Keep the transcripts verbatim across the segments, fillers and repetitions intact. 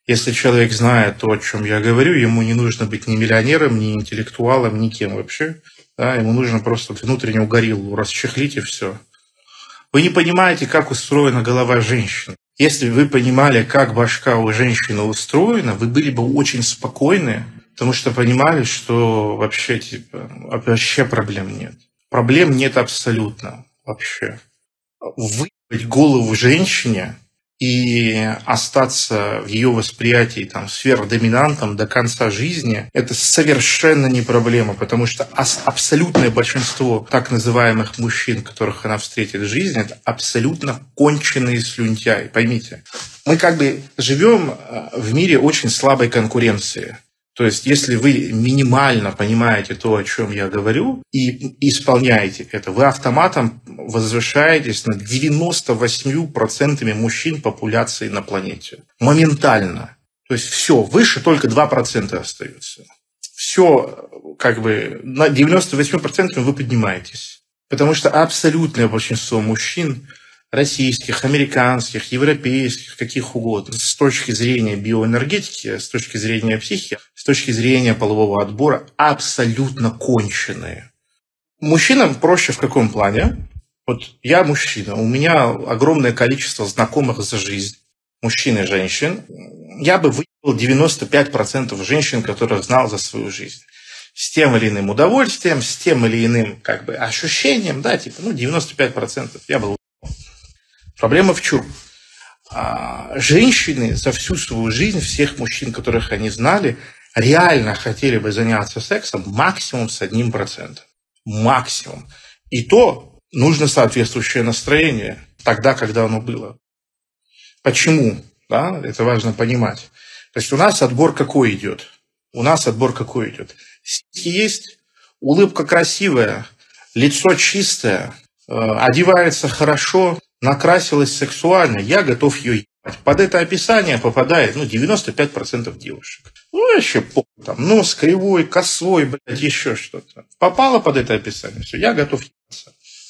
Если человек знает то, о чем я говорю, ему не нужно быть ни миллионером, ни интеллектуалом, ни кем вообще. Да, ему нужно просто внутреннюю гориллу расчехлить и все. Вы не понимаете, как устроена голова женщины. Если бы вы понимали, как башка у женщины устроена, вы были бы очень спокойны, потому что понимали, что вообще, типа, вообще проблем нет. Проблем нет абсолютно вообще. Выебать голову женщине и остаться в ее восприятии там, сверхдоминантом до конца жизни, это совершенно не проблема, потому что абсолютное большинство так называемых мужчин, которых она встретит в жизни, это абсолютно конченые слюнтяи. Поймите, мы как бы живем в мире очень слабой конкуренции. То есть, если вы минимально понимаете то, о чем я говорю, и исполняете это, вы автоматом возвышаетесь над девяносто восемь процентов мужчин популяции на планете. Моментально. То есть, все, выше только два процента остается. Все, как бы, на девяносто восемь процентов вы поднимаетесь. Потому что абсолютное большинство мужчин, российских, американских, европейских, каких угодно, с точки зрения биоэнергетики, с точки зрения психики, с точки зрения полового отбора, абсолютно конченые. Мужчинам проще в каком плане? Вот я мужчина, у меня огромное количество знакомых за жизнь, мужчин и женщин. Я бы выявил девяносто пять процентов женщин, которых знал за свою жизнь. С тем или иным удовольствием, с тем или иным как бы ощущением, да, типа, ну, девяносто пять процентов я был. Проблема в чем? Женщины за всю свою жизнь, всех мужчин, которых они знали, реально хотели бы заняться сексом максимум с одним процентом. Максимум. И то нужно соответствующее настроение тогда, когда оно было. Почему? Да? Это важно понимать. То есть у нас отбор какой идет? У нас отбор какой идет? Сиськи есть, улыбка красивая, лицо чистое, одевается хорошо, накрасилась сексуально, я готов ее ебать. Под это описание попадает ну, девяносто пять процентов девушек. Ну, вообще, там, нос кривой, косой, блядь, еще что-то. Попало под это описание, все, я готов ебаться.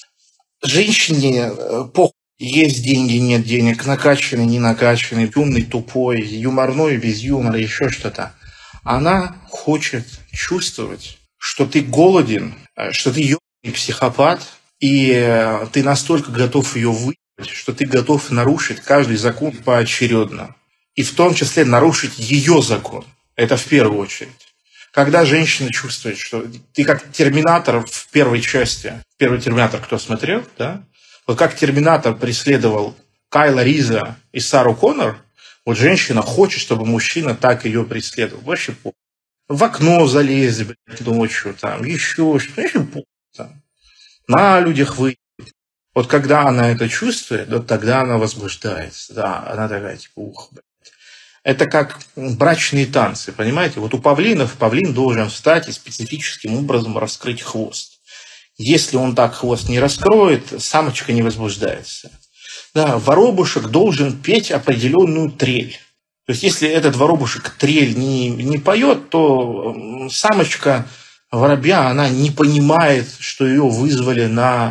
Женщине похуй, есть деньги, нет денег, накачанный, не накачанный, умный, тупой, юморной, без юмора, еще что-то. Она хочет чувствовать, что ты голоден, что ты ебаный психопат, и ты настолько готов ее выебать, что ты готов нарушить каждый закон поочередно. И в том числе нарушить ее закон. Это в первую очередь. Когда женщина чувствует, что ты как Терминатор в первой части, первый Терминатор, кто смотрел, да? Вот как Терминатор преследовал Кайла Риза и Сару Коннор, вот женщина хочет, чтобы мужчина так ее преследовал. Вообще похуй. В окно залезть, блядь, ночью, там, еще что-то, вообще похуй, там. На людях вы. Вот когда она это чувствует, вот тогда она возбуждается. Да, она такая, типа, ух, блядь. Это как брачные танцы, понимаете? Вот у павлинов павлин должен встать и специфическим образом раскрыть хвост. Если он так хвост не раскроет, самочка не возбуждается. Да, воробушек должен петь определенную трель. То есть, если этот воробушек трель не, не поет, то самочка воробья, она не понимает, что ее вызвали на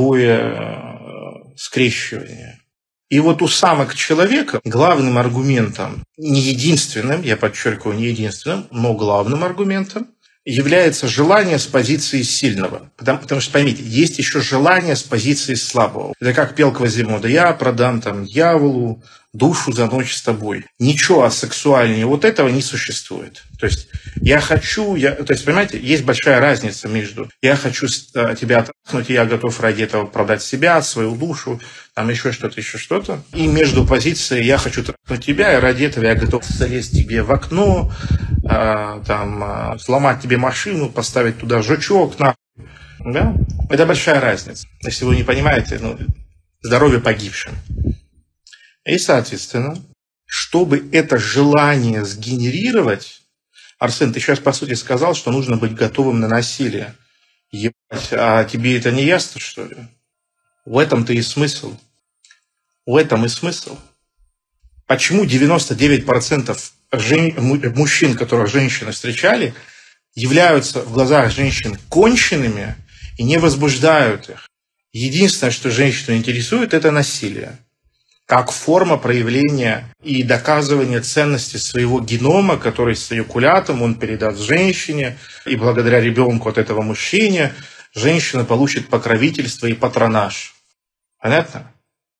половое скрещивание. И вот у самок человека главным аргументом, не единственным, я подчеркиваю, не единственным, но главным аргументом является желание с позиции сильного. Потому, потому что, поймите, есть еще желание с позиции слабого. Это как пел Квазимода: я продам там дьяволу душу за ночь с тобой. Ничего асексуальнее вот этого не существует. То есть я хочу, я, то есть, понимаете, есть большая разница между я хочу тебя трахнуть, и я готов ради этого продать себя, свою душу, там еще что-то, еще что-то. И между позицией я хочу трахнуть тебя, и ради этого я готов залезть тебе в окно, э, там, э, сломать тебе машину, поставить туда жучок, нахуй. Да? Это большая разница. Если вы не понимаете, ну, здоровье погибшим. И, соответственно, чтобы это желание сгенерировать, Арсен, ты сейчас, по сути, сказал, что нужно быть готовым на насилие. Ебать, а тебе это не ясно, что ли? В этом-то и смысл. В этом и смысл. Почему девяносто девять процентов жен... мужчин, которых женщины встречали, являются в глазах женщин конченными и не возбуждают их? Единственное, что женщину интересует, это насилие. как форма проявления и доказывания ценности своего генома, который с эякулятом он передаст женщине, и благодаря ребенку от этого мужчине женщина получит покровительство и патронаж. Понятно?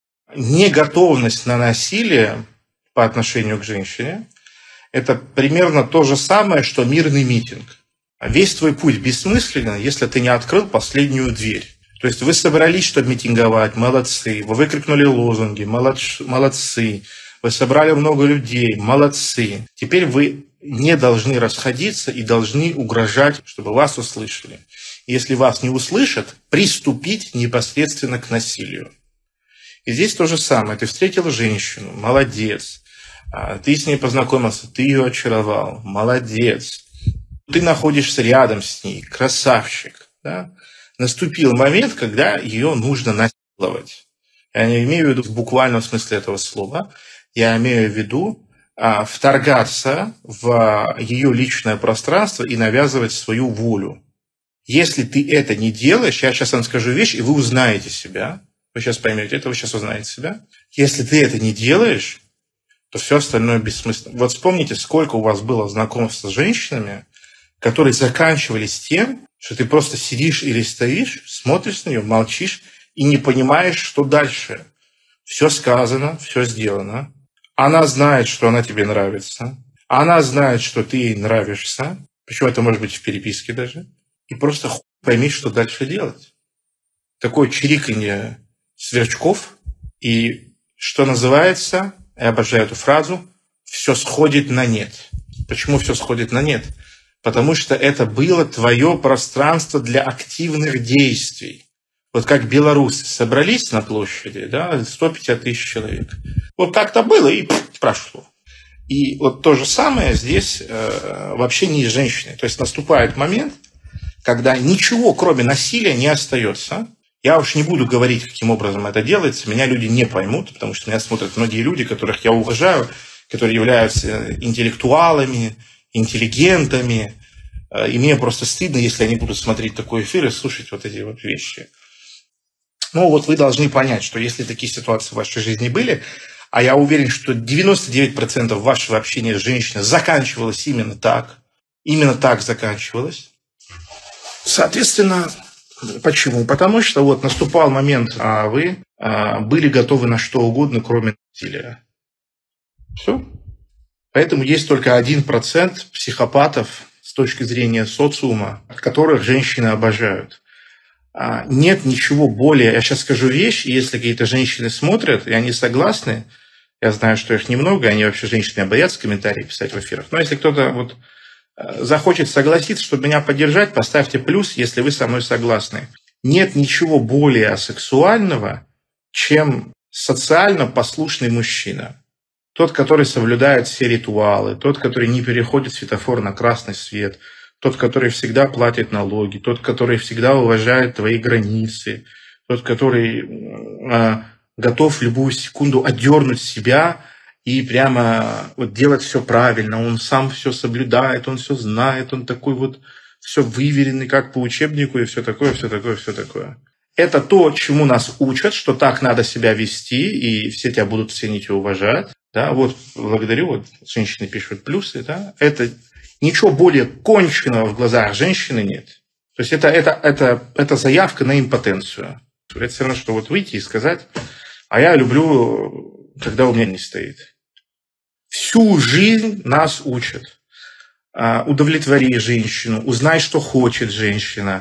Неготовность на насилие по отношению к женщине – это примерно то же самое, что мирный митинг. Весь твой путь бессмысленен, если ты не открыл последнюю дверь. То есть вы собрались, чтобы митинговать, молодцы. Вы выкрикнули лозунги, молодцы, молодцы. Вы собрали много людей, молодцы. Теперь вы не должны расходиться и должны угрожать, чтобы вас услышали. Если вас не услышат, приступить непосредственно к насилию. И здесь то же самое. Ты встретил женщину, молодец. Ты с ней познакомился, ты ее очаровал, молодец. Ты находишься рядом с ней, красавчик. Да? Наступил момент, когда ее нужно насиловать. Я не имею в виду в буквальном смысле этого слова. Я имею в виду а, вторгаться в ее личное пространство и навязывать свою волю. Если ты это не делаешь, я сейчас вам скажу вещь, и вы узнаете себя. Вы сейчас поймете это, вы сейчас узнаете себя. Если ты это не делаешь, то все остальное бессмысленно. Вот вспомните, сколько у вас было знакомств с женщинами, которые заканчивались тем, что ты просто сидишь или стоишь, смотришь на нее, молчишь и не понимаешь, что дальше. Все сказано, все сделано. Она знает, что она тебе нравится. Она знает, что ты ей нравишься. Причем это может быть в переписке даже. И просто хуй пойми, что дальше делать. Такое чириканье сверчков. И что называется, я обожаю эту фразу, все сходит на нет. Почему все сходит на нет? Потому что это было твое пространство для активных действий. Вот как белорусы собрались на площади, да, сто пятьдесят тысяч человек. Вот как-то было и пфф, прошло. И вот то же самое здесь э, в общении с женщиной. То есть наступает момент, когда ничего, кроме насилия, не остается. Я уж не буду говорить, каким образом это делается. Меня люди не поймут, потому что меня смотрят многие люди, которых я уважаю, которые являются интеллектуалами, интеллигентами, и мне просто стыдно, если они будут смотреть такой эфир и слушать вот эти вот вещи. Ну вот вы должны понять, что если такие ситуации в вашей жизни были, а я уверен, что девяносто девять процентов вашего общения с женщиной заканчивалось именно так, именно так заканчивалось. Соответственно, почему? Потому что вот наступал момент, а вы а, были готовы на что угодно, кроме насилия. Все. Поэтому есть только один процент психопатов с точки зрения социума, которых женщины обожают. Нет ничего более... Я сейчас скажу вещь, и если какие-то женщины смотрят, и они согласны, я знаю, что их немного, они вообще, женщины, боятся комментарии писать в эфирах, но если кто-то вот захочет согласиться, чтобы меня поддержать, поставьте плюс, если вы со мной согласны. Нет ничего более асексуального, чем социально послушный мужчина. Тот, который соблюдает все ритуалы, тот, который не переходит светофор на красный свет, тот, который всегда платит налоги, тот, который всегда уважает твои границы, тот, который э, готов в любую секунду отдернуть себя и прямо вот делать все правильно. Он сам все соблюдает, он все знает, он такой вот все выверенный, как по учебнику, и все такое, все такое, все такое. Это то, чему нас учат, что так надо себя вести, и все тебя будут ценить и уважать. Да, вот благодарю, вот женщины пишут плюсы, да, это ничего более конченного в глазах женщины нет. То есть это, это, это, это заявка на импотенцию. Это все равно, что вот выйти и сказать, а я люблю, когда у меня не стоит. Всю жизнь нас учат. Удовлетвори женщину, узнай, что хочет женщина,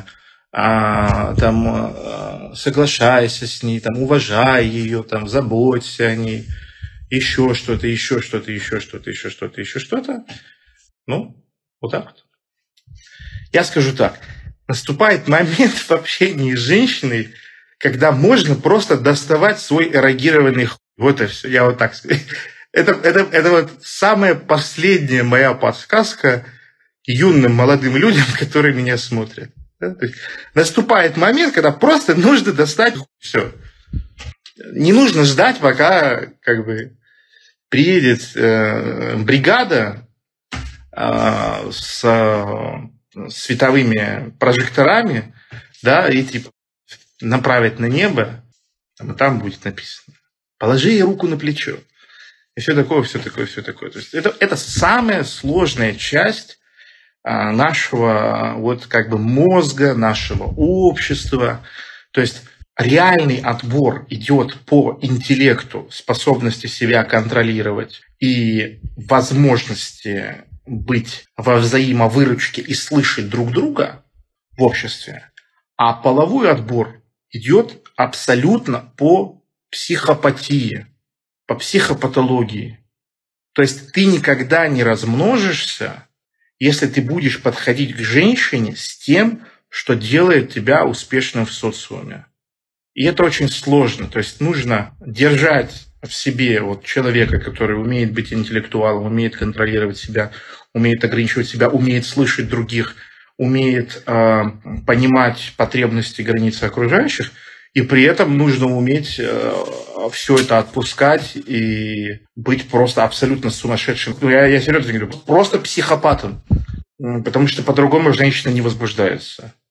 там, соглашайся с ней, там, уважай ее, там, заботься о ней. Еще что-то, еще что-то, еще что-то, еще что-то, еще что-то. Ну, вот так вот. Я скажу так. Наступает момент в общении с женщиной, когда можно просто доставать свой эрогированный хуй. Вот и все. Я вот так скажу. Это, это, это вот самая последняя моя подсказка юным молодым людям, которые меня смотрят. Да? То есть наступает момент, когда просто нужно достать хуй. Все. Не нужно ждать, пока как бы приедет э, бригада э, с э, световыми прожекторами, да, и типа направить на небо, там, и там будет написано Положи ей руку на плечо. И все такое, все такое, все такое. То есть это, это самая сложная часть а, нашего вот как бы мозга, нашего общества. То есть реальный отбор идет по интеллекту, способности себя контролировать и возможности быть во взаимовыручке и слышать друг друга в обществе. А половой отбор идет абсолютно по психопатии, по психопатологии. То есть ты никогда не размножишься, если ты будешь подходить к женщине с тем, что делает тебя успешным в социуме. И это очень сложно. То есть нужно держать в себе вот человека, который умеет быть интеллектуалом, умеет контролировать себя, умеет ограничивать себя, умеет слышать других, умеет э, понимать потребности и границы окружающих, и при этом нужно уметь э, все это отпускать и быть просто абсолютно сумасшедшим. Я, я серьезно говорю, просто психопатом, потому что по-другому женщина не возбуждается.